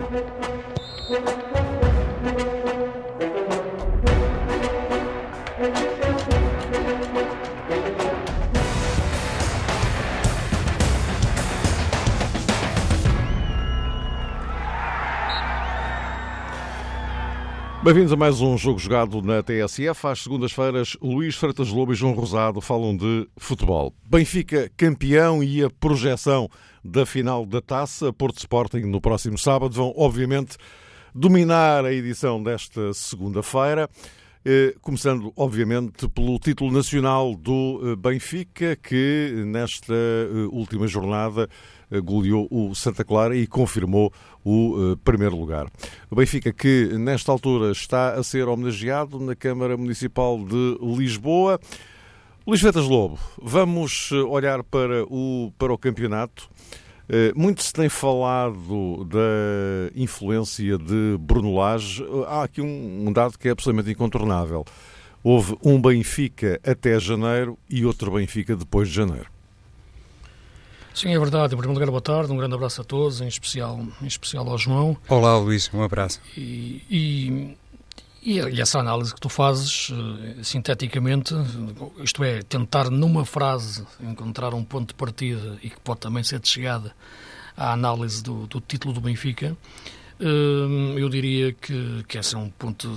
Bem-vindos a mais um Jogo Jogado na TSF. Às segundas-feiras, Luís Freitas Lobo e João Rosado falam de futebol. Benfica campeão e a projeção da final da Taça. Porto Sporting no próximo sábado vão, obviamente, dominar a edição desta segunda-feira. Começando, obviamente, pelo título nacional do Benfica, que nesta última jornada goleou o Santa Clara e confirmou o primeiro lugar. O Benfica, que nesta altura está a ser homenageado na Câmara Municipal de Lisboa. Luís Freitas Lobo, vamos olhar para o campeonato. Muito se tem falado da influência de Bruno Lage. Há aqui um dado que é absolutamente incontornável. Houve um Benfica até janeiro e outro Benfica depois de janeiro. Sim, é verdade. Em primeiro lugar, boa tarde. Um grande abraço a todos, em especial ao João. Olá, Luís. Um abraço. E essa análise que tu fazes, sinteticamente, isto é, tentar numa frase encontrar um ponto de partida e que pode também ser de chegada à análise do título do Benfica, eu diria que esse é um ponto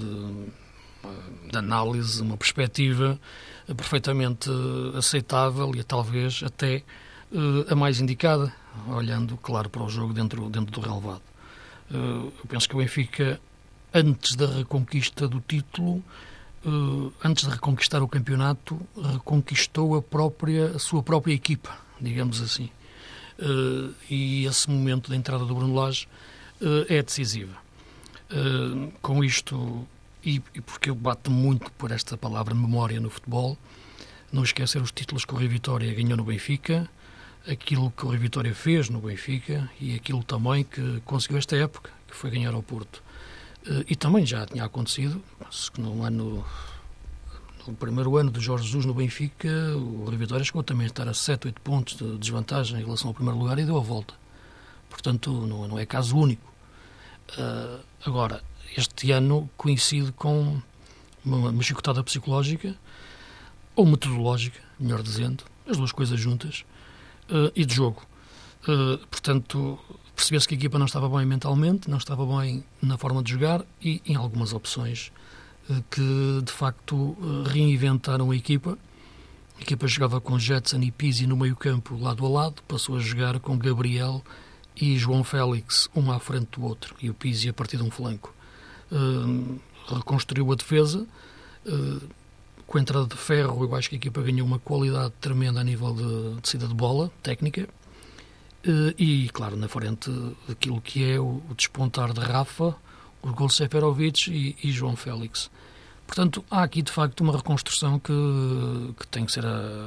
de análise, uma perspectiva perfeitamente aceitável e talvez até a mais indicada, olhando, claro, para o jogo dentro do relevado. Eu penso que o Benfica, antes da reconquista do título, antes de reconquistar o campeonato, reconquistou a sua própria equipa, digamos assim. E esse momento da entrada do Bruno Lage é decisivo. Com isto, e porque eu bato muito por esta palavra memória no futebol, não esquecer os títulos que o Rui Vitória ganhou no Benfica, aquilo que o Rui Vitória fez no Benfica e aquilo também que conseguiu esta época, que foi ganhar ao Porto. E também já tinha acontecido, que no primeiro ano de Jorge Jesus no Benfica, o Rui Vitória chegou também a estar a 7, 8 pontos de desvantagem em relação ao primeiro lugar e deu a volta. Portanto, não é caso único. Agora, este ano coincide com uma chicotada psicológica, ou metodológica, melhor dizendo, as duas coisas juntas, e de jogo. Portanto, percebeu-se que a equipa não estava bem mentalmente, não estava bem na forma de jogar e em algumas opções que, de facto, reinventaram a equipa. A equipa jogava com Jetson e Pizzi no meio-campo, lado a lado, passou a jogar com Gabriel e João Félix, um à frente do outro, e o Pizzi a partir de um flanco. Reconstruiu a defesa. Com a entrada de Ferro, eu acho que a equipa ganhou uma qualidade tremenda a nível de saída de bola, técnica, e, claro, na frente, aquilo que é o despontar de Rafa, o gol de Seferovic e João Félix. Portanto, há aqui, de facto, uma reconstrução que tem que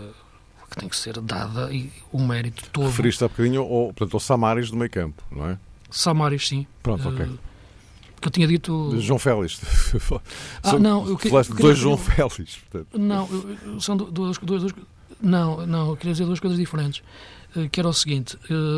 ser dada, e o mérito todo... Referiste há bocadinho ao Samaris do meio campo, não é? Samaris, sim. Pronto, ok. Que eu tinha dito... João Félix. Não, dois João Félix. Portanto. Não, são duas... Não, eu queria dizer duas coisas diferentes. Que era o seguinte...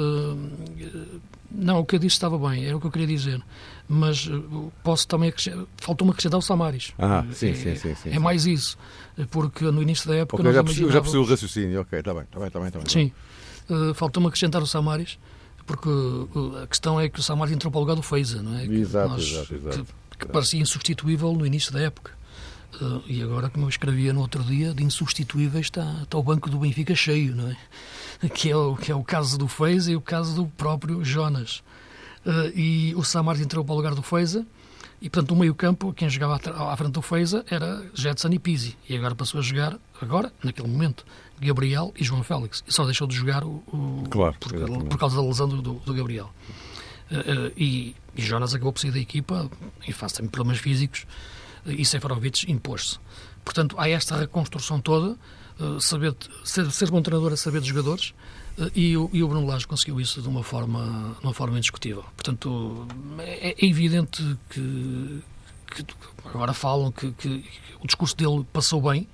Não, o que eu disse estava bem, era o que eu queria dizer. Mas posso também acrescentar... Faltou-me acrescentar o Samaris. Sim. É mais isso. Porque no início da época... Okay, já percebi o raciocínio. Ok, está bem. Sim. Faltou-me acrescentar o Samaris, porque a questão é que o Samaris entrou para o lugar do Feiza, não é? Exato. Que parecia insubstituível no início da época. E agora, como eu escrevia no outro dia, de insubstituíveis está o banco do Benfica cheio, não é? Que é o caso do Feiza e o caso do próprio Jonas. E o Samaris entrou para o lugar do Feiza e, portanto, no meio-campo, quem jogava à frente do Feiza era Jetson e Pizzi. E agora passou a jogar, naquele momento, Gabriel e João Félix. E só deixou de jogar claro, por causa da lesão do Gabriel. E Jonas acabou por sair da equipa, em face também problemas físicos, e Seferovic impôs-se. Portanto, há esta reconstrução toda, ser bom treinador é saber de jogadores, e o Bruno Lage conseguiu isso de uma forma indiscutível. Portanto, é evidente que agora falam que o discurso dele passou bem,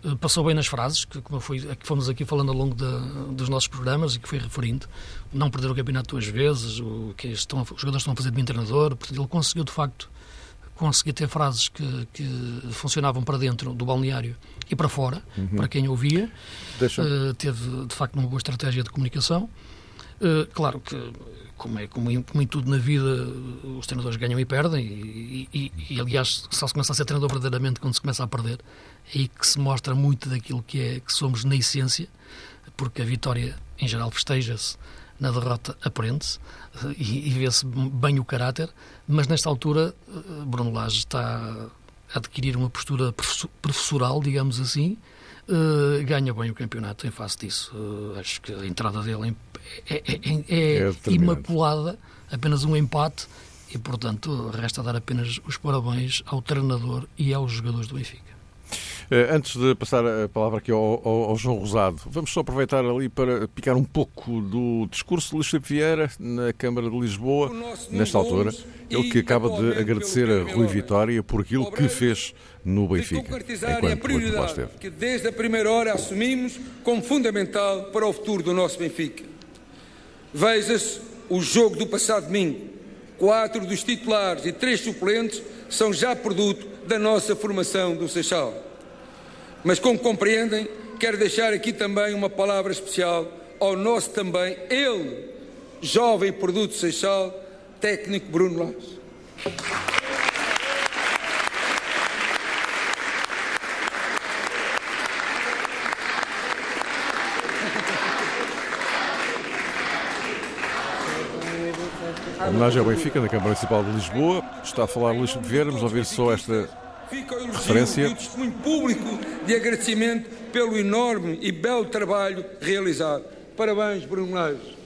Passou bem nas frases, que fomos aqui falando ao longo dos nossos programas e que foi referindo. Não perder o campeonato 2 vezes, os jogadores estão a fazer de bem treinador. Portanto, ele conseguiu, de facto, ter frases que funcionavam para dentro do balneário e para fora, para quem ouvia. Teve, de facto, uma boa estratégia de comunicação. Claro que, como em tudo na vida, os treinadores ganham e perdem, e aliás, só se começa a ser treinador verdadeiramente quando se começa a perder. É aí que se mostra muito daquilo que somos na essência, porque a vitória, em geral, festeja-se, na derrota aprende-se e vê-se bem o caráter, mas nesta altura Bruno Lage está a adquirir uma postura professoral, digamos assim, ganha bem o campeonato em face disso. Acho que a entrada dele é imaculada, apenas um empate, e portanto resta dar apenas os parabéns ao treinador e aos jogadores do Benfica. Antes de passar a palavra aqui ao João Rosado, vamos só aproveitar ali para picar um pouco do discurso de Luís Filipe Vieira na Câmara de Lisboa, nesta altura. Ele que acaba de agradecer a Rui Vitória por aquilo que fez no Benfica, enquanto lá esteve. Que desde a primeira hora assumimos como fundamental para o futuro do nosso Benfica. Veja-se o jogo do passado domingo. 4 dos titulares e 3 suplentes são já produto da nossa formação do Seixal. Mas, como compreendem, quero deixar aqui também uma palavra especial ao nosso também, ele, jovem produto Seixal, técnico Bruno Lage. A homenagem ao Benfica na Câmara Municipal de Lisboa. Está a falar Luís Filipe Vieira. Vamos ouvir só esta referência. E o testemunho público de agradecimento pelo enorme e belo trabalho realizado. Parabéns, Bruno Lage.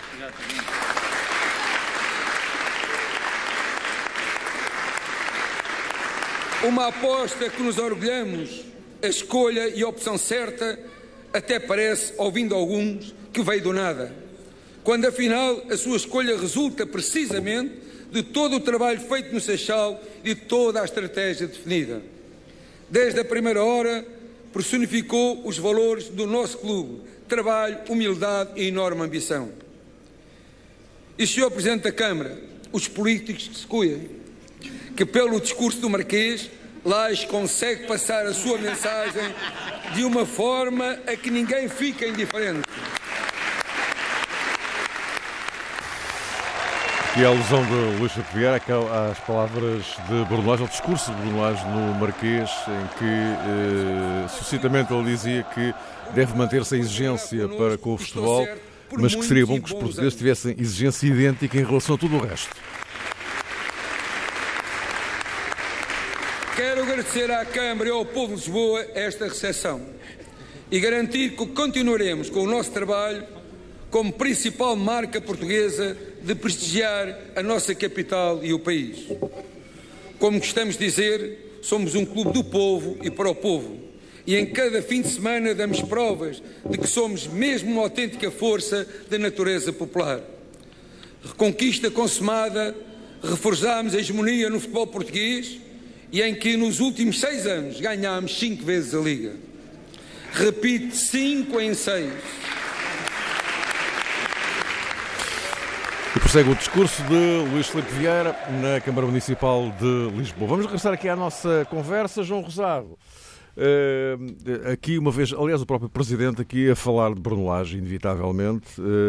Uma aposta que nos orgulhamos, a escolha e a opção certa, até parece, ouvindo alguns, que veio do nada. Quando afinal a sua escolha resulta precisamente de todo o trabalho feito no Seixal e de toda a estratégia definida. Desde a primeira hora personificou os valores do nosso clube: trabalho, humildade e enorme ambição. E, Sr. Presidente da Câmara, os políticos que se cuidem, que pelo discurso do Marquês, Lage consegue passar a sua mensagem de uma forma a que ninguém fique indiferente. E a alusão de Luís Filipe Vieira às palavras de Bruno Lage, ao discurso de Bruno Lage no Marquês, em que suscitamente ele dizia que deve manter-se a exigência para com o futebol, mas que seria bom que os portugueses tivessem exigência idêntica em relação a tudo o resto. Quero agradecer à Câmara e ao povo de Lisboa esta recepção e garantir que continuaremos com o nosso trabalho como principal marca portuguesa de prestigiar a nossa capital e o país. Como gostamos de dizer, somos um clube do povo e para o povo. E em cada fim de semana damos provas de que somos mesmo uma autêntica força da natureza popular. Reconquista consumada, reforçámos a hegemonia no futebol português e em que nos últimos 6 anos ganhámos 5 vezes a Liga. Repito, 5 em 6. E prossegue o discurso de Luís Filipe Vieira na Câmara Municipal de Lisboa. Vamos regressar aqui à nossa conversa. João Rosado, aqui uma vez, aliás, o próprio Presidente aqui a falar de Bruno Lage, inevitavelmente,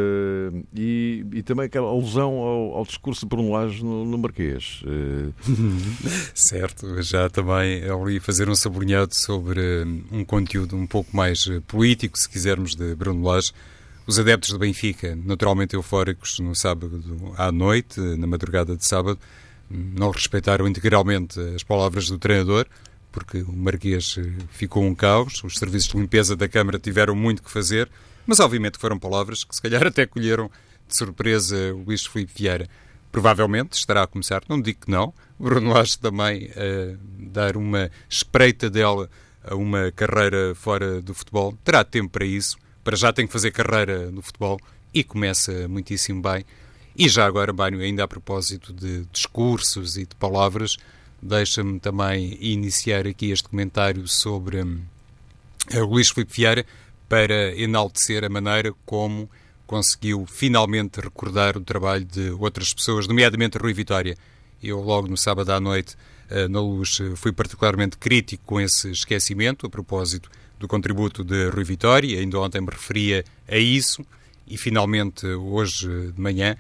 e também aquela alusão ao discurso de Bruno Lage no Marquês. Certo, já também ali fazer um sublinhado sobre um conteúdo um pouco mais político, se quisermos, de Bruno Lage. Os adeptos do Benfica, naturalmente eufóricos no sábado à noite, na madrugada de sábado, não respeitaram integralmente as palavras do treinador, porque o Marquês ficou um caos, os serviços de limpeza da Câmara tiveram muito que fazer, mas obviamente foram palavras que se calhar até colheram de surpresa o Luís Filipe Vieira. Provavelmente estará a começar, não digo que não, o Bruno Lage também a dar uma espreita dela a uma carreira fora do futebol, terá tempo para isso. Para já tem que fazer carreira no futebol e começa muitíssimo bem. E já agora, Bánio, ainda a propósito de discursos e de palavras, deixa-me também iniciar aqui este comentário sobre Luís Filipe Vieira para enaltecer a maneira como conseguiu finalmente recordar o trabalho de outras pessoas, nomeadamente Rui Vitória. Eu logo no sábado à noite na Luz fui particularmente crítico com esse esquecimento a propósito do contributo de Rui Vitória, ainda ontem me referia a isso e finalmente hoje de manhã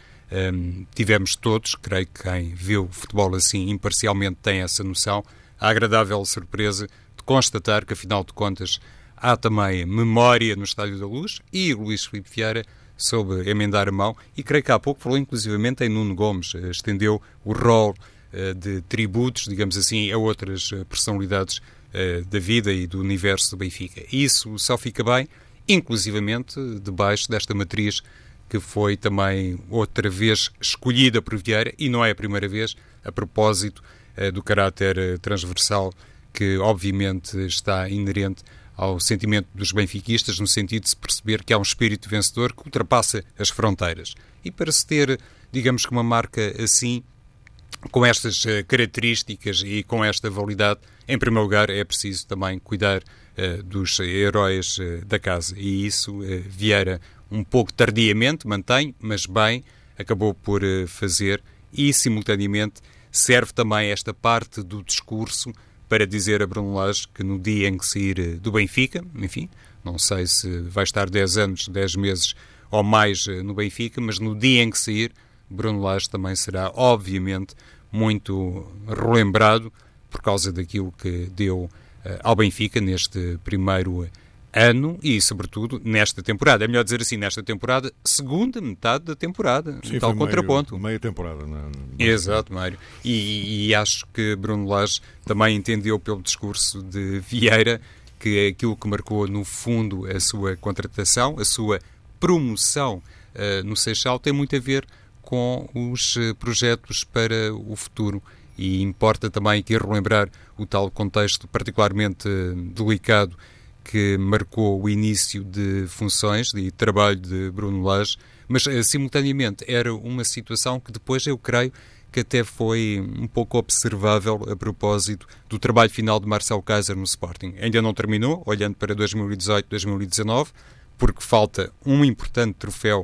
tivemos todos, creio que quem viu o futebol assim imparcialmente tem essa noção, a agradável surpresa de constatar que afinal de contas há também memória no Estádio da Luz e o Luís Filipe Vieira soube emendar a mão e creio que há pouco falou inclusivamente em Nuno Gomes, estendeu o rol de tributos, digamos assim, a outras personalidades da vida e do universo do Benfica. Isso só fica bem, inclusivamente debaixo desta matriz que foi também outra vez escolhida por Vieira, e não é a primeira vez, a propósito do caráter transversal que obviamente está inerente ao sentimento dos benfiquistas, no sentido de se perceber que há um espírito vencedor que ultrapassa as fronteiras. E para se ter, digamos que uma marca assim, com estas características e com esta validade, em primeiro lugar é preciso também cuidar dos heróis da casa. E isso Vieira, um pouco tardiamente, mantém, mas bem, acabou por fazer e, simultaneamente, serve também esta parte do discurso para dizer a Bruno Lage que no dia em que sair do Benfica, enfim, não sei se vai estar 10 anos, 10 meses ou mais no Benfica, mas no dia em que sair, Bruno Lage também será, obviamente, muito relembrado por causa daquilo que deu ao Benfica neste primeiro ano e, sobretudo, nesta temporada. É melhor dizer assim, nesta temporada, segunda metade da temporada. Sim, tal contraponto. Meia temporada. Exato, Mário. E acho que Bruno Lage também entendeu pelo discurso de Vieira que aquilo que marcou, no fundo, a sua contratação, a sua promoção no Seixal, tem muito a ver com os projetos para o futuro. E importa também aqui relembrar o tal contexto particularmente delicado que marcou o início de funções e trabalho de Bruno Lage, mas simultaneamente era uma situação que depois eu creio que até foi um pouco observável a propósito do trabalho final de Marcelo Kaiser no Sporting. Ainda não terminou, olhando para 2018-2019, porque falta um importante troféu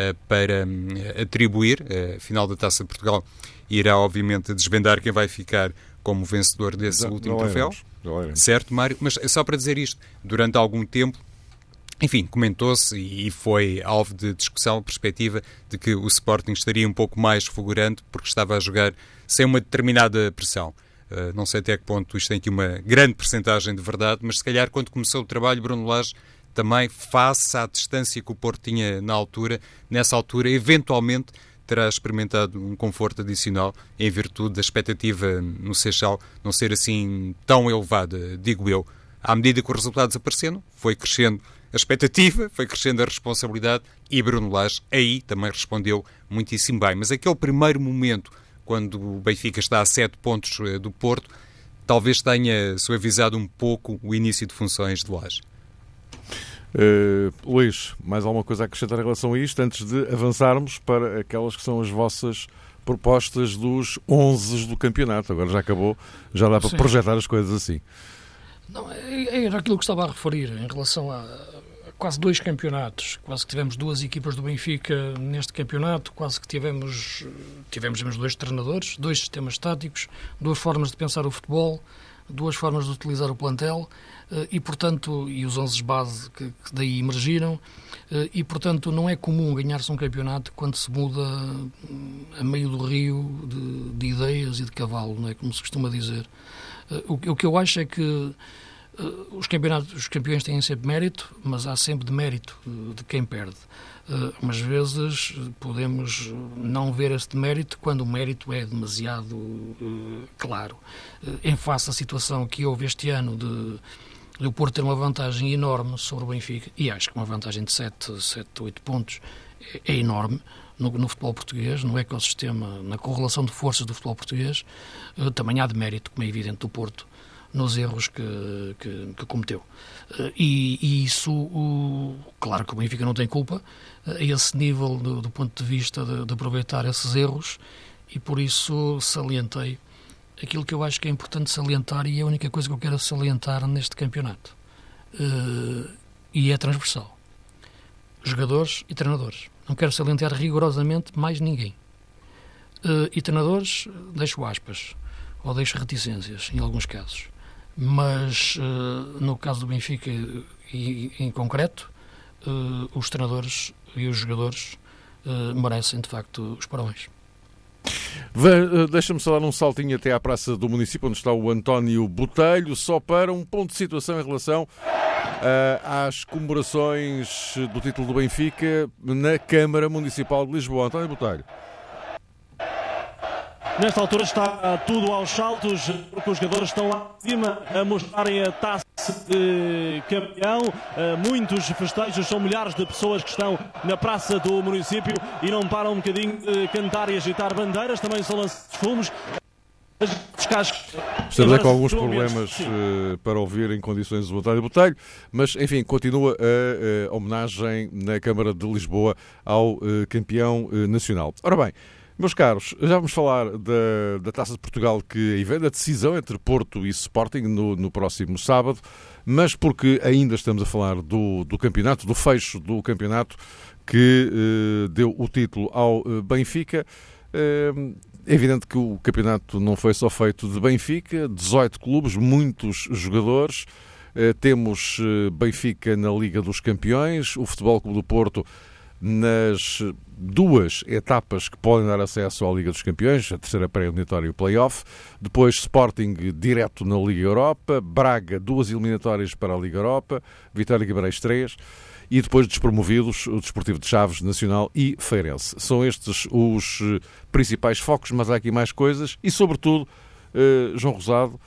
para atribuir. A final da Taça de Portugal irá obviamente desvendar quem vai ficar como vencedor desse último troféu. Certo, Mário? Mas só para dizer isto, durante algum tempo, enfim, comentou-se e foi alvo de discussão a perspectiva de que o Sporting estaria um pouco mais fulgurante porque estava a jogar sem uma determinada pressão. Não sei até que ponto isto tem aqui uma grande percentagem de verdade, mas se calhar quando começou o trabalho, Bruno Lage também, face à distância que o Porto tinha na altura, nessa altura, eventualmente terá experimentado um conforto adicional em virtude da expectativa no Seixal não ser assim tão elevada, digo eu. À medida que os resultados apareceram, foi crescendo a expectativa, foi crescendo a responsabilidade e Bruno Lage aí também respondeu muitíssimo bem. Mas aquele primeiro momento, quando o Benfica está a 7 pontos do Porto, talvez tenha suavizado um pouco o início de funções de Lage. Luís, mais alguma coisa a acrescentar em relação a isto antes de avançarmos para aquelas que são as vossas propostas dos 11 do campeonato? Agora já acabou, já dá para projetar as coisas assim. Não, era aquilo que estava a referir em relação a quase 2 campeonatos, quase que tivemos 2 equipas do Benfica neste campeonato, quase que tivemos mesmo 2 treinadores, 2 sistemas táticos, 2 formas de pensar o futebol, 2 formas de utilizar o plantel e, portanto, e os 11 base que daí emergiram e, portanto, não é comum ganhar-se um campeonato quando se muda a meio do rio de ideias e de cavalo, não é como se costuma dizer. O que eu acho é que os campeões têm sempre mérito, mas há sempre demérito de quem perde. Umas vezes podemos não ver esse demérito quando o mérito é demasiado claro. Em face à situação que houve este ano de o Porto ter uma vantagem enorme sobre o Benfica, e acho que uma vantagem de 7, 8 pontos é enorme no futebol português, no ecossistema, na correlação de forças do futebol português, também há demérito, como é evidente, do Porto nos erros que cometeu. E isso, claro que o Benfica não tem culpa a esse nível do ponto de vista de aproveitar esses erros, e por isso salientei aquilo que eu acho que é importante salientar, e é a única coisa que eu quero salientar neste campeonato. e é transversal. Jogadores e treinadores. Não quero salientar rigorosamente mais ninguém. E treinadores, deixo aspas, ou deixo reticências, em alguns casos. Mas, no caso do Benfica, e em concreto, os treinadores e os jogadores merecem, de facto, os parabéns. Deixa-me só dar um saltinho até à Praça do Município, onde está o António Botelho, só para um ponto de situação em relação às comemorações do título do Benfica na Câmara Municipal de Lisboa. António Botelho. Nesta altura está tudo aos saltos, porque os jogadores estão lá em cima a mostrarem a taça de campeão. Muitos festejos, são milhares de pessoas que estão na praça do município e não param um bocadinho de cantar e agitar bandeiras. Também são lançados fumos. Estamos com alguns problemas para ouvir em condições do António Botelho, mas enfim, continua a homenagem na Câmara de Lisboa ao campeão nacional. Ora bem, meus caros, já vamos falar da Taça de Portugal que aí vem, da decisão entre Porto e Sporting no próximo sábado, mas porque ainda estamos a falar do campeonato, do fecho do campeonato que deu o título ao Benfica. É evidente que o campeonato não foi só feito de Benfica, 18 clubes, muitos jogadores. Temos Benfica na Liga dos Campeões, o Futebol Clube do Porto nas duas etapas que podem dar acesso à Liga dos Campeões, a terceira pré-eliminatória e o play-off. Depois Sporting direto na Liga Europa, Braga 2 eliminatórias para a Liga Europa, Vitória de Guimarães 3 e depois despromovidos o Desportivo de Chaves, Nacional e Feirense. São estes os principais focos, mas há aqui mais coisas e, sobretudo, João Rosado,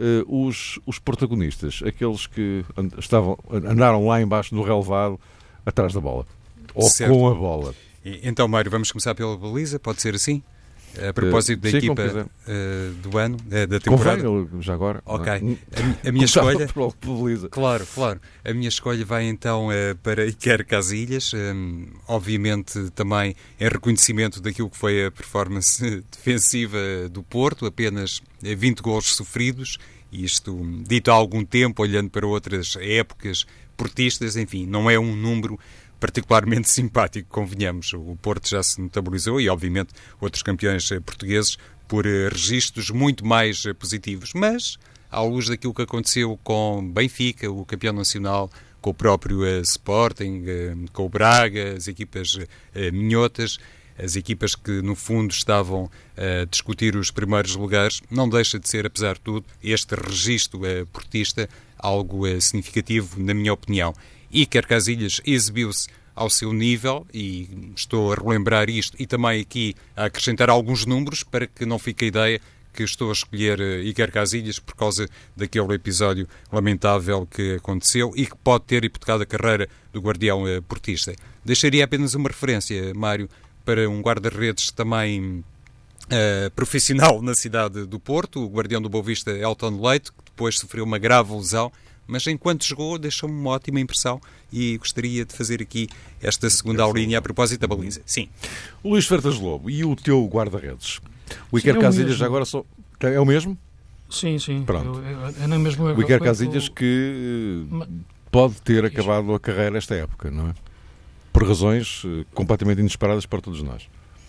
os protagonistas, aqueles que andaram lá embaixo no relevado atrás da bola. Ou certo. Com a bola. Então, Mário, vamos começar pela baliza, pode ser assim? A propósito da equipa do ano, da temporada. Convém, já agora. Ok. A minha escolha... Claro. A minha escolha vai então para Iker Casillas, obviamente também em reconhecimento daquilo que foi a performance defensiva do Porto, apenas 20 golos sofridos, isto dito há algum tempo, olhando para outras épocas portistas, enfim, não é um número particularmente simpático, convenhamos. O Porto já se notabilizou e, obviamente, outros campeões portugueses por registros muito mais positivos. Mas, à luz daquilo que aconteceu com Benfica, o campeão nacional, com o próprio Sporting, com o Braga, as equipas minhotas, as equipas que, no fundo, estavam a discutir os primeiros lugares, não deixa de ser, apesar de tudo, este registro portista algo significativo, na minha opinião. Iker Casillas exibiu-se ao seu nível e estou a relembrar isto e também aqui a acrescentar alguns números para que não fique a ideia que estou a escolher Iker Casillas por causa daquele episódio lamentável que aconteceu e que pode ter hipotecado a carreira do guardião portista. Deixaria apenas uma referência, Mário, para um guarda-redes também profissional na cidade do Porto, o guardião do Boa Vista, Elton Leite, que depois sofreu uma grave lesão, mas enquanto jogou deixou-me uma ótima impressão e gostaria de fazer aqui esta segunda aulinha a propósito da baliza. Sim. Luís Freitas Lobo, e o teu guarda-redes? O Iker Casillas já agora só... É o mesmo? Sim. Pronto. É na mesma o Iker Casillas que pode ter acabado a carreira esta época, não é? Por razões completamente inesperadas para todos nós.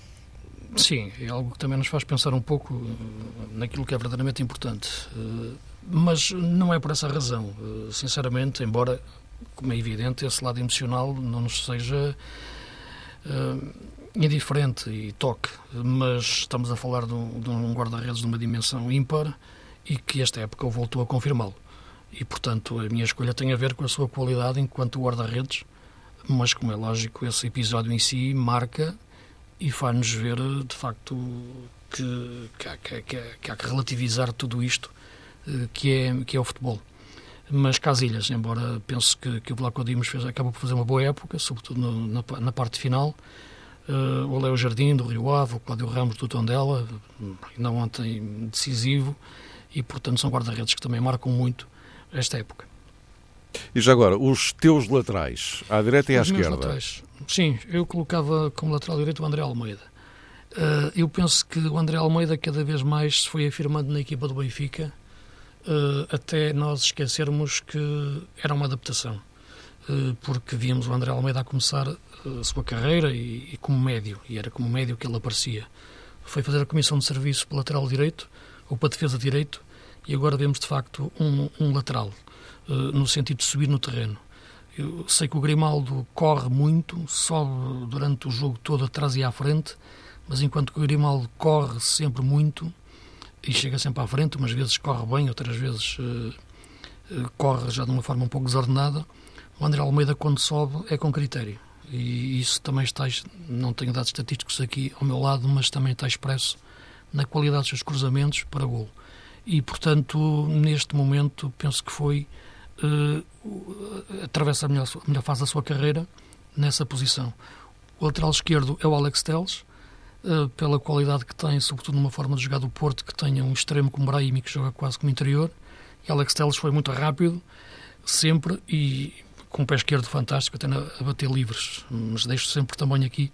Sim, é algo que também nos faz pensar um pouco naquilo que é verdadeiramente importante. Mas não é por essa razão. Sinceramente, embora, como é evidente, esse lado emocional não nos seja indiferente e toque, mas estamos a falar de um guarda-redes de uma dimensão ímpar e que esta época voltou a confirmá-lo. E, portanto, a minha escolha tem a ver com a sua qualidade enquanto guarda-redes, mas, como é lógico, esse episódio em si marca e faz-nos ver, de facto, que há que relativizar tudo isto que é o futebol. Mas Casillas, embora penso que o Vlaco Dimos acabou por fazer uma boa época, sobretudo na parte final, o Léo Jardim do Rio Ave, o Cláudio Ramos do Tondela, ainda ontem decisivo, e portanto são guarda-redes que também marcam muito esta época. E já agora, os teus laterais, à direita e à esquerda? Laterais. Sim, eu colocava como lateral direito o André Almeida. Eu penso que o André Almeida cada vez mais se foi afirmando na equipa do Benfica até nós esquecermos que era uma adaptação, porque víamos o André Almeida a começar a sua carreira e como médio, e era como médio que ele aparecia. Foi fazer a comissão de serviço para lateral direito, ou para defesa direito, e agora vemos de facto um lateral, no sentido de subir no terreno. Eu sei que o Grimaldo corre muito, sobe durante o jogo todo atrás e à frente, mas enquanto que o Grimaldo corre sempre muito e chega sempre à frente, umas vezes corre bem, outras vezes corre já de uma forma um pouco desordenada, o André Almeida, quando sobe, é com critério. E isso também está, não tenho dados estatísticos aqui ao meu lado, mas também está expresso na qualidade dos seus cruzamentos para golo. E, portanto, neste momento, penso que foi atravessa a melhor fase da sua carreira nessa posição. O lateral esquerdo é o Alex Telles, pela qualidade que tem, sobretudo numa forma de jogar do Porto, que tenha um extremo como Brahimi, que joga quase como interior. E Alex Telles foi muito rápido, sempre, e com o pé esquerdo fantástico, até a bater livres. Mas deixo sempre também aqui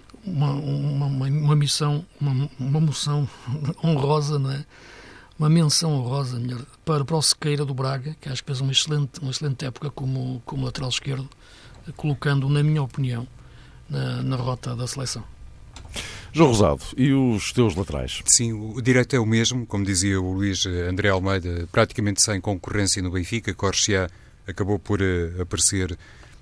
uma missão, uma moção honrosa, não é? Uma menção honrosa, melhor, para o Sequeira do Braga, que acho que fez uma excelente época como lateral esquerdo, colocando, na minha opinião, na rota da seleção. João Rosado, e os teus laterais? Sim, o direito é o mesmo, como dizia o Luís, André Almeida, praticamente sem concorrência no Benfica. Corchia acabou por aparecer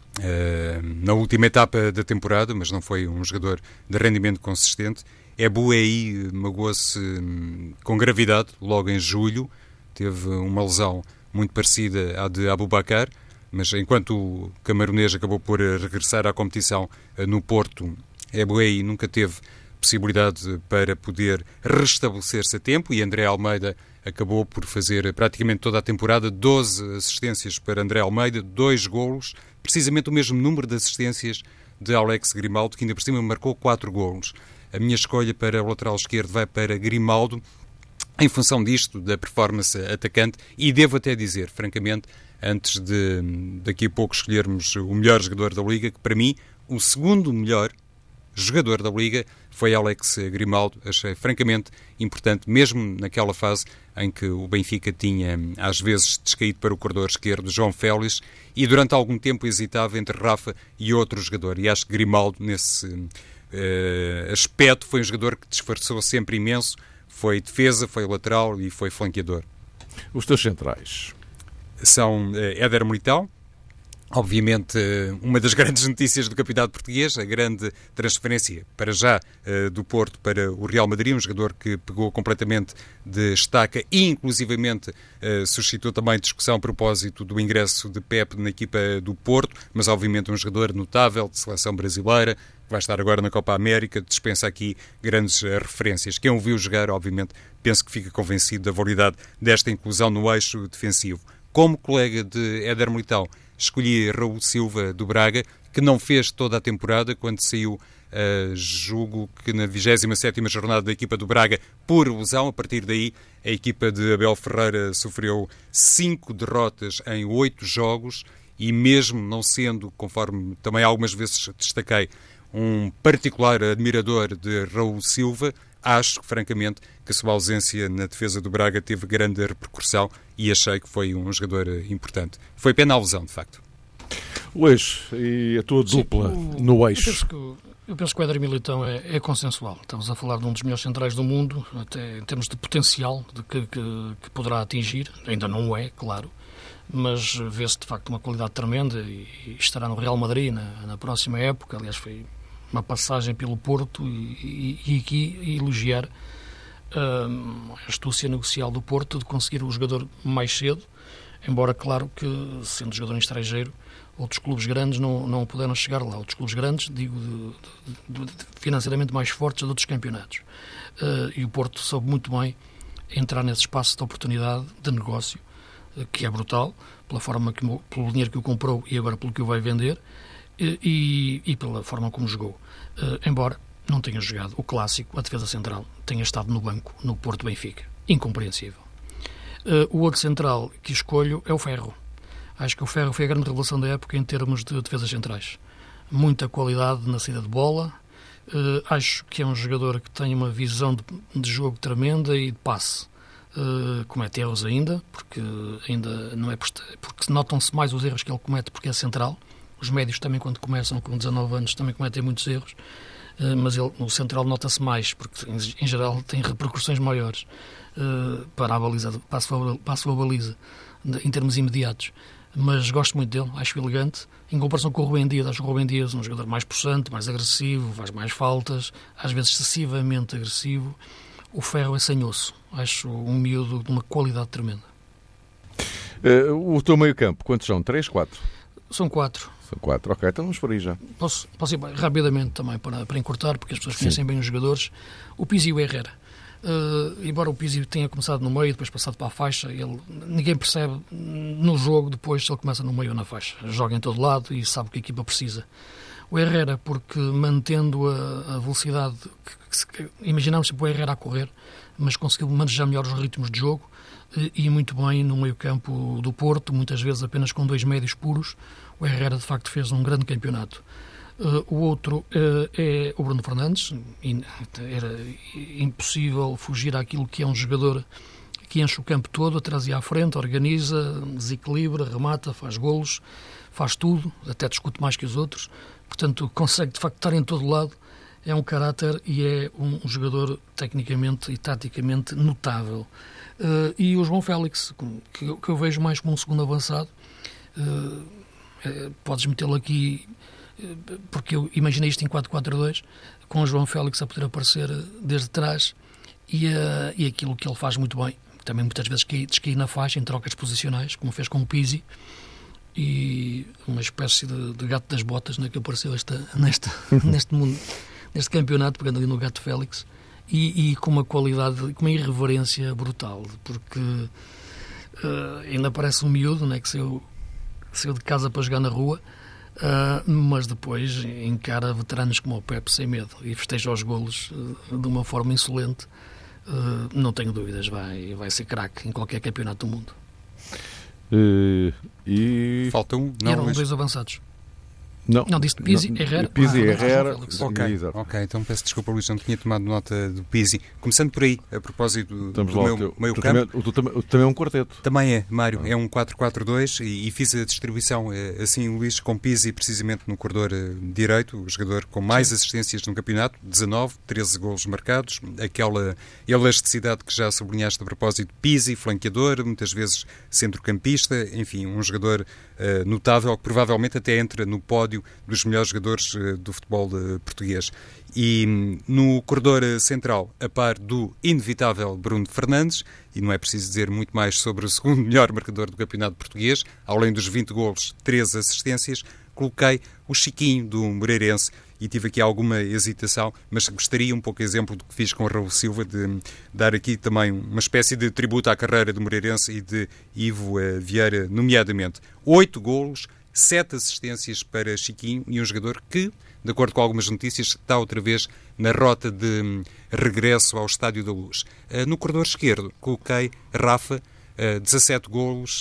na última etapa da temporada, mas não foi um jogador de rendimento consistente. Ebouei magoou-se com gravidade logo em julho, teve uma lesão muito parecida à de Aboubakar, mas enquanto o camaronês acabou por regressar à competição no Porto, Ebouei nunca teve possibilidade para poder restabelecer-se a tempo, e André Almeida acabou por fazer praticamente toda a temporada 12 assistências para André Almeida, 2 golos, precisamente o mesmo número de assistências de Alex Grimaldo, que ainda por cima marcou 4 golos. A minha escolha para o lateral esquerdo vai para Grimaldo, em função disto, da performance atacante, e devo até dizer, francamente, antes de daqui a pouco escolhermos o melhor jogador da Liga, que para mim, o segundo melhor jogador da Liga foi Alex Grimaldo. Achei francamente importante, mesmo naquela fase em que o Benfica tinha às vezes descaído para o corredor esquerdo João Félix, e durante algum tempo hesitava entre Rafa e outro jogador, e acho que Grimaldo nesse aspecto foi um jogador que disfarçou sempre imenso, foi defesa, foi lateral e foi flanqueador. Os teus centrais? São Éder Militão, obviamente uma das grandes notícias do campeonato português, a grande transferência para já do Porto para o Real Madrid, um jogador que pegou completamente de estaca e inclusivamente suscitou também discussão a propósito do ingresso de Pep na equipa do Porto, mas obviamente um jogador notável de seleção brasileira, que vai estar agora na Copa América, dispensa aqui grandes referências. Quem o viu jogar, obviamente, penso que fica convencido da validade desta inclusão no eixo defensivo. Como colega de Éder Militão, escolhi Raul Silva do Braga, que não fez toda a temporada, quando saiu, julgo que na 27ª jornada da equipa do Braga, por lesão. A partir daí, a equipa de Abel Ferreira sofreu 5 derrotas em 8 jogos, e mesmo não sendo, conforme também algumas vezes destaquei, um particular admirador de Raul Silva, acho, francamente, que a sua ausência na defesa do Braga teve grande repercussão, e achei que foi um jogador importante. Foi pena a lesão, de facto. Luís, e a tua dupla no eixo? Eu penso que o Éder Militão é consensual. Estamos a falar de um dos melhores centrais do mundo, até em termos de potencial de que poderá atingir. Ainda não é, claro, mas vê-se de facto uma qualidade tremenda, e estará no Real Madrid na próxima época. Aliás, foi uma passagem pelo Porto, e aqui elogiar a astúcia negocial do Porto de conseguir o jogador mais cedo, embora, claro, que sendo jogador em estrangeiro, outros clubes grandes não puderam chegar lá. Outros clubes grandes, digo, financeiramente mais fortes de outros campeonatos. E o Porto soube muito bem entrar nesse espaço de oportunidade de negócio, que é brutal, pela forma pelo dinheiro que o comprou e agora pelo que o vai vender, e pela forma como jogou. Embora não tenha jogado o clássico, a defesa central, tenha estado no banco no Porto Benfica. Incompreensível. O outro central que escolho é o Ferro. Acho que o Ferro foi a grande revelação da época em termos de defesas centrais. Muita qualidade na saída de bola. Acho que é um jogador que tem uma visão de jogo tremenda e de passe. comete erros ainda, porque ainda não é porque notam-se mais os erros que ele comete porque é central. Os médios também, quando começam com 19 anos, também cometem muitos erros, mas ele, no central, nota-se mais, porque em geral tem repercussões maiores para a baliza, para a sua baliza, em termos imediatos. Mas gosto muito dele, acho elegante. Em comparação com o Rubem Dias, acho o Rubem Dias um jogador mais possante, mais agressivo, faz mais faltas, às vezes excessivamente agressivo. O Ferro é sem osso, acho um miúdo de uma qualidade tremenda. O teu meio-campo, quantos são? 3, 4? São 4. São 4, ok, então vamos por aí já. Posso ir rapidamente também para encurtar, porque as pessoas conhecem bem os jogadores. O Pizzi e o Herrera. Embora o Pizzi tenha começado no meio, depois passado para a faixa, ninguém percebe no jogo depois se ele começa no meio ou na faixa. Joga em todo lado e sabe o que a equipa precisa. O Herrera, porque mantendo a velocidade, imaginamos sempre o Herrera a correr, mas conseguiu manejar melhor os ritmos de jogo e muito bem no meio-campo do Porto, muitas vezes apenas com 2 médios puros. O Herrera, de facto, fez um grande campeonato. O outro é o Bruno Fernandes. Era impossível fugir àquilo que é um jogador que enche o campo todo, atrás e à frente, organiza, desequilibra, remata, faz golos, faz tudo, até discute mais que os outros. Portanto, consegue, de facto, estar em todo lado. É um caráter e é um jogador tecnicamente e taticamente notável. E o João Félix, que eu vejo mais como um segundo avançado, podes metê-lo aqui, porque eu imaginei isto em 4-4-2, com o João Félix a poder aparecer desde trás e aquilo que ele faz muito bem. Também muitas vezes descair na faixa, em trocas posicionais, como fez com o Pizzi, e uma espécie de gato das botas, né, que apareceu neste mundo, neste campeonato, pegando ali no gato Félix, e com uma qualidade, com uma irreverência brutal, porque ainda parece um miúdo, né, que saiu de casa para jogar na rua, mas depois encara veteranos como o Pepe sem medo e festeja os golos de uma forma insolente. Não tenho dúvidas, vai ser craque em qualquer campeonato do mundo. Falta um? Não, eram 2 avançados. Não, disse Pizzi, Herrera. Pizzi, Herrera. Ok, então peço desculpa, Luís, não tinha tomado nota do Pizzi. Começando por aí, a propósito do meu meio-campo. Tu também é um quarteto. Também é, Mário, é um 4-4-2 e fiz a distribuição assim, Luís, com Pizzi precisamente no corredor direito, o jogador com mais assistências no campeonato, 19, 13 golos marcados, aquela elasticidade que já sublinhaste a propósito, Pizzi, flanqueador, muitas vezes centrocampista, enfim, um jogador notável que provavelmente até entra no pódio dos melhores jogadores do futebol português. E no corredor central, a par do inevitável Bruno Fernandes, e não é preciso dizer muito mais sobre o segundo melhor marcador do campeonato português, além dos 20 golos, 13 assistências, coloquei o Chiquinho do Moreirense e tive aqui alguma hesitação, mas gostaria, um pouco exemplo do que fiz com o Raul Silva, de dar aqui também uma espécie de tributo à carreira do Moreirense e de Ivo Vieira, nomeadamente 8 golos, 7 assistências para Chiquinho e um jogador que, de acordo com algumas notícias, está outra vez na rota de regresso ao Estádio da Luz. No corredor esquerdo, coloquei Rafa, 17 golos,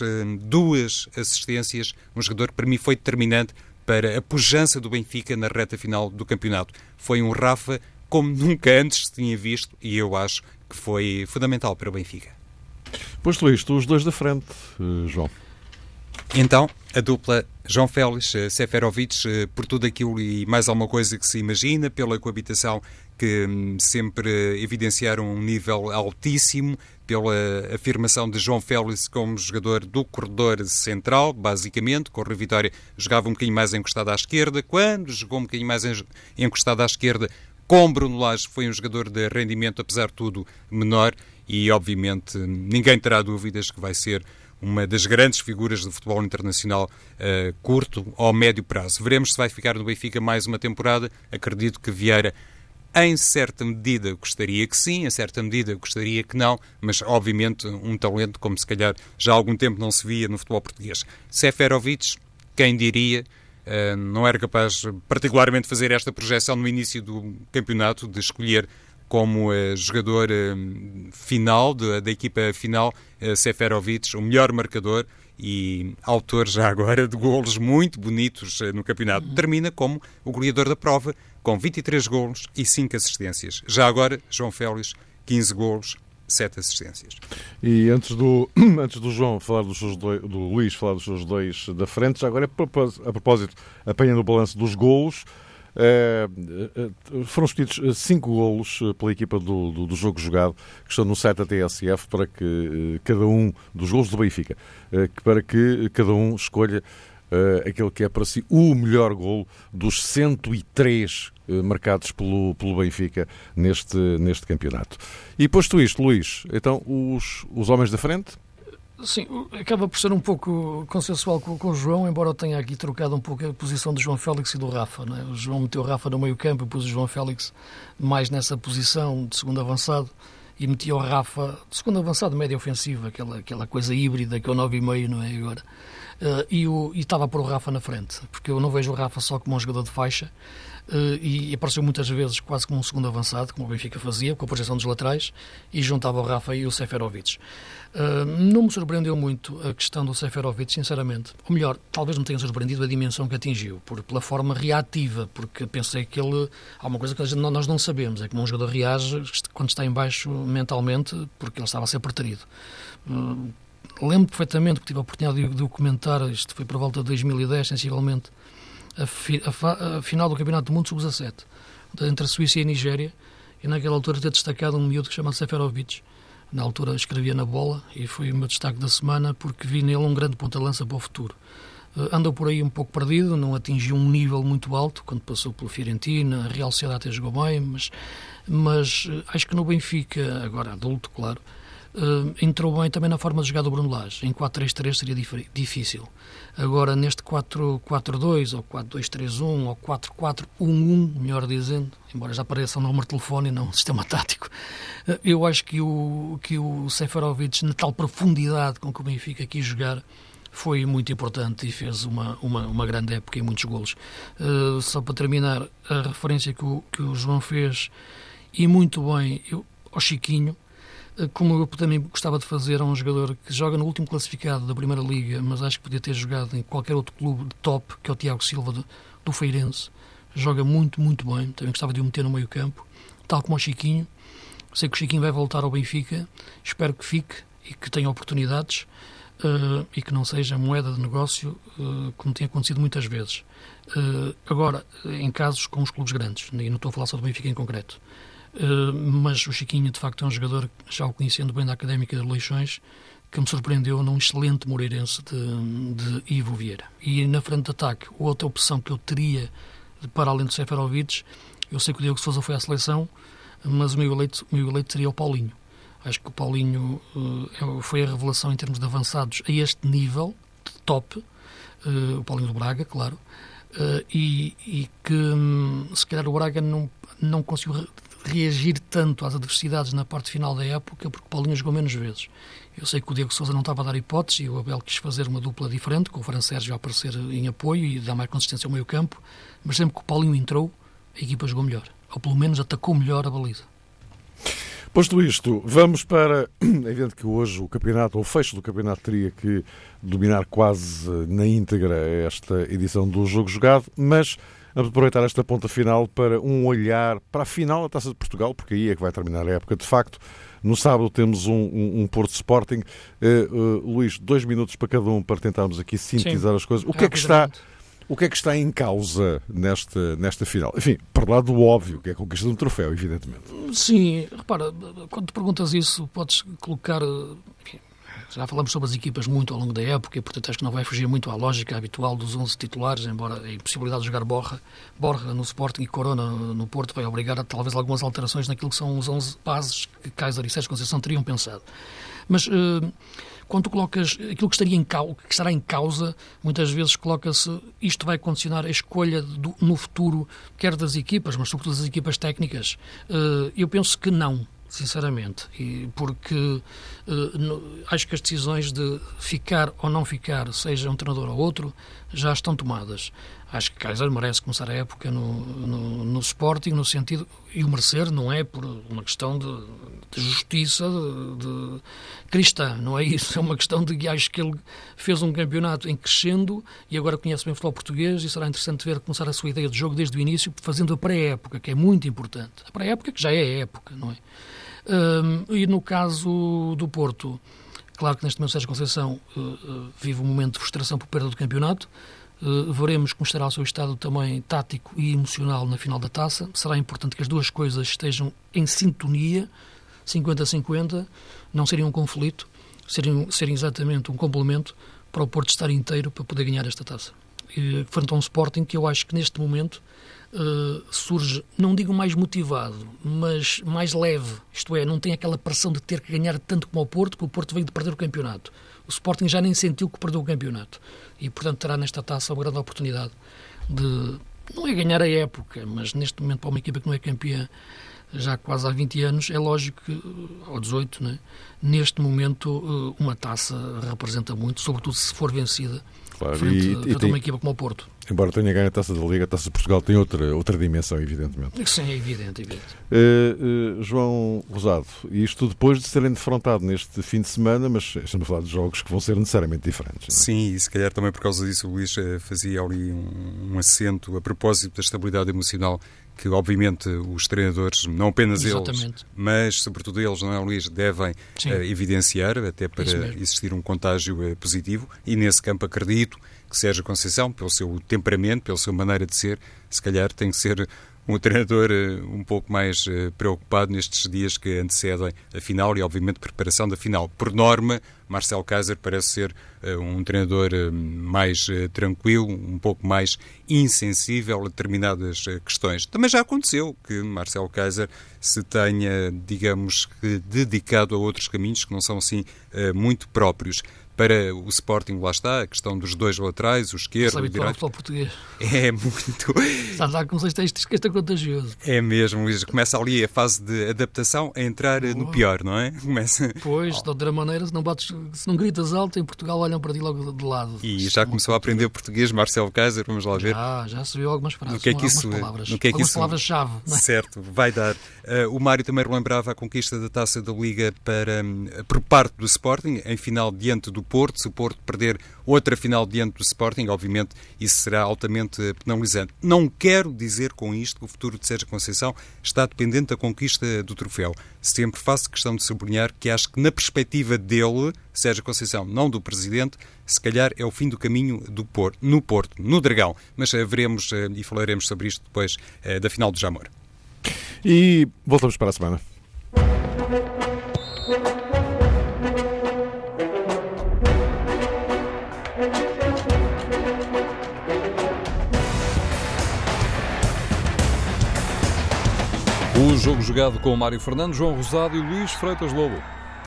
2 assistências, um jogador que para mim foi determinante para a pujança do Benfica na reta final do campeonato. Foi um Rafa como nunca antes se tinha visto e eu acho que foi fundamental para o Benfica. Pois Luís, tu os dois da frente, João. Então, a dupla João Félix, Seferovic, por tudo aquilo e mais alguma coisa que se imagina, pela coabitação que sempre evidenciaram um nível altíssimo, pela afirmação de João Félix como jogador do corredor central, basicamente, com o Rui Vitória jogava um bocadinho mais encostado à esquerda, quando jogou um bocadinho mais encostado à esquerda, com Bruno Lage foi um jogador de rendimento, apesar de tudo, menor, e obviamente ninguém terá dúvidas que vai ser uma das grandes figuras do futebol internacional curto ou médio prazo. Veremos se vai ficar no Benfica mais uma temporada. Acredito que Vieira, em certa medida, gostaria que sim, em certa medida gostaria que não, mas obviamente um talento como se calhar já há algum tempo não se via no futebol português. Seferovic, quem diria, não era capaz particularmente de fazer esta projeção no início do campeonato, de escolher como jogador final, da equipa final, Seferovic, o melhor marcador e autor já agora de golos muito bonitos no campeonato. Termina como o goleador da prova, com 23 golos e 5 assistências. Já agora, João Félix, 15 golos, 7 assistências. E antes do João falar do Luís falar dos seus dois da frente, já agora a propósito, apanhando o balanço dos golos, foram escolhidos 5 golos pela equipa do jogo jogado, que estão no site da TSF, para que cada um dos golos do Benfica, para que cada um escolha aquele que é para si o melhor golo dos 103 marcados pelo Benfica neste campeonato. E posto isto, Luís, então os homens da frente? Sim, acaba por ser um pouco consensual com o João, embora eu tenha aqui trocado um pouco a posição do João Félix e do Rafa, não é? O João meteu o Rafa no meio campo e pôs o João Félix mais nessa posição de segundo avançado, e metia o Rafa de segundo avançado, médio ofensivo, aquela coisa híbrida que é o 9,5, não é agora? E estava a pôr o Rafa na frente, porque eu não vejo o Rafa só como um jogador de faixa, e apareceu muitas vezes quase como um segundo avançado, como o Benfica fazia, com a projeção dos laterais, e juntava o Rafa e o Seferovic. Não me surpreendeu muito a questão do Seferovic, sinceramente. Ou melhor, talvez me tenha surpreendido a dimensão que atingiu, pela forma reativa, porque pensei que ele... Há uma coisa que nós não sabemos, é como um jogador reage quando está em baixo mentalmente, porque ele estava a ser preterido. Lembro perfeitamente que tive a oportunidade de o comentar, isto foi por volta de 2010, sensivelmente, a final do Campeonato do Mundo Sub-17, entre a Suíça e a Nigéria, e naquela altura ter destacado um miúdo que se chama Seferovic. Na altura escrevia na Bola e foi o meu destaque da semana, porque vi nele um grande ponta-lança para o futuro. Andou por aí um pouco perdido, não atingiu um nível muito alto quando passou pelo Fiorentina, a Real Sociedade até jogou bem, mas acho que no Benfica, agora adulto, claro, entrou bem também na forma de jogar do Bruno Lage. Em 4-3-3 seria difícil. Agora, neste 4-4-2, ou 4-2-3-1, ou 4-4-1-1, melhor dizendo, embora já apareça um número de telefone e não um sistema tático, eu acho que o Seferovic, na tal profundidade com que o Benfica quis jogar, foi muito importante e fez uma grande época e muitos golos. Só para terminar, a referência que o João fez, e muito bem, ao Chiquinho, como eu também gostava de fazer a um jogador que joga no último classificado da Primeira Liga, mas acho que podia ter jogado em qualquer outro clube de top, que é o Tiago Silva do Feirense. Joga muito, muito bem. Também gostava de o meter no meio campo, tal como o Chiquinho. Sei que o Chiquinho vai voltar ao Benfica, espero que fique e que tenha oportunidades, e que não seja moeda de negócio, como tem acontecido muitas vezes. Agora, em casos com os clubes grandes, e não estou a falar só do Benfica em concreto. Mas o Chiquinho, de facto, é um jogador, já o conhecendo bem da Académica de Leixões, que me surpreendeu num excelente moreirense de Ivo Vieira. E na frente de ataque, outra opção que eu teria, para além do Seferovic, eu sei que o Diego Sousa foi à seleção, mas o meu eleito seria o Paulinho. Acho que o Paulinho foi a revelação em termos de avançados a este nível, de top, o Paulinho do Braga, claro, e que se calhar o Braga não conseguiu reagir tanto às adversidades na parte final da época, porque o Paulinho jogou menos vezes. Eu sei que o Diego Sousa não estava a dar hipótese e o Abel quis fazer uma dupla diferente, com o Fran Sérgio a aparecer em apoio e dar mais consistência ao meio campo, mas sempre que o Paulinho entrou, a equipa jogou melhor, ou pelo menos atacou melhor a baliza. Posto isto, vamos para... É evidente que hoje o campeonato, ou o fecho do campeonato, teria que dominar quase na íntegra esta edição do Jogo Jogado, mas vamos aproveitar esta ponta final para um olhar para a final da Taça de Portugal, porque aí é que vai terminar a época. De facto, no sábado temos um Porto Sporting. Luís, 2 minutos para cada um para tentarmos aqui sintetizar as coisas. O que é que está em causa nesta final? Enfim, para lá do óbvio, que é a conquista de um troféu, evidentemente. Sim, repara, quando te perguntas isso, podes colocar... Enfim, já falamos sobre as equipas muito ao longo da época e, portanto, acho que não vai fugir muito à lógica habitual dos 11 titulares, embora a impossibilidade de jogar Borja no Sporting e Corona no Porto vai obrigar a talvez algumas alterações naquilo que são os 11 bases que Kaiser e Sérgio Conceição teriam pensado. Mas... quando tu colocas aquilo que estará em causa, muitas vezes coloca-se isto vai condicionar a escolha no futuro, quer das equipas, mas sobretudo das equipas técnicas. Eu penso que não, sinceramente, porque acho que as decisões de ficar ou não ficar, seja um treinador ou outro, já estão tomadas. Acho que Kaiser merece começar a época no Sporting, no sentido, e o merecer não é por uma questão de justiça de cristã, não é isso, é uma questão de que acho que ele fez um campeonato em crescendo e agora conhece bem o futebol português e será interessante ver começar a sua ideia de jogo desde o início, fazendo a pré-época, que é muito importante. A pré-época que já é a época, não é? E no caso do Porto, claro que neste momento o Sérgio Conceição vive um momento de frustração por perda do campeonato. Veremos como estará o seu estado também tático e emocional na final da Taça. Será importante que as duas coisas estejam em sintonia, 50-50, não serem um conflito, serem exatamente um complemento para o Porto estar inteiro para poder ganhar esta Taça. Frente a um Sporting que eu acho que neste momento surge, não digo mais motivado, mas mais leve, isto é, não tem aquela pressão de ter que ganhar tanto como o Porto, que o Porto veio de perder o campeonato. O Sporting já nem sentiu que perdeu o campeonato e, portanto, terá nesta Taça uma grande oportunidade de, não é ganhar a época, mas neste momento para uma equipa que não é campeã já quase há 20 anos, é lógico que, ou 18, né? Neste momento uma Taça representa muito, sobretudo se for vencida. Claro, frente a uma equipa como o Porto. Embora tenha ganho a Taça da Liga, a Taça de Portugal tem outra dimensão, evidentemente. Sim, é evidente. João Rosado, isto depois de serem defrontados neste fim de semana, mas estamos a falar de jogos que vão ser necessariamente diferentes. Não é? Sim, e se calhar também por causa disso o Luís fazia ali um acento a propósito da estabilidade emocional que obviamente os treinadores, não apenas eles, mas sobretudo eles, não é, Luís, devem evidenciar, até para existir um contágio positivo, e nesse campo acredito que Sérgio Conceição, pelo seu temperamento, pela sua maneira de ser, se calhar tem que ser um treinador um pouco mais preocupado nestes dias que antecedem a final e, obviamente, preparação da final. Por norma, Marcel Keizer parece ser um treinador mais tranquilo, um pouco mais insensível a determinadas questões. Também já aconteceu que Marcel Keizer se tenha, digamos, que dedicado a outros caminhos que não são assim muito próprios. Para o Sporting, lá está, a questão dos dois laterais, o esquerdo, o direito. Futebol português. É muito. Já comecei isto é contagioso. É mesmo, Luís. Começa ali a fase de adaptação a entrar no pior, não é? Começa. Pois, de outra maneira, se não gritas alto, em Portugal olham para ti logo de lado. E já começou a aprender português, Marcelo Keizer, vamos lá ver. Já se viu algumas frases, no que é que isso, palavras. No que é que algumas isso, palavras-chave. Certo, vai dar. O Mário também relembrava a conquista da Taça da Liga por parte do Sporting, em final diante do Porto. Se o Porto perder outra final diante do Sporting, obviamente isso será altamente penalizante. Não quero dizer com isto que o futuro de Sérgio Conceição está dependente da conquista do troféu. Sempre faço questão de sublinhar que acho que na perspectiva dele, Sérgio Conceição, não do Presidente, se calhar é o fim do caminho do Porto, no Dragão. Mas veremos e falaremos sobre isto depois da final do Jamor. E voltamos para a semana. O jogo jogado com Mário Fernandes, João Rosado e Luís Freitas Lobo.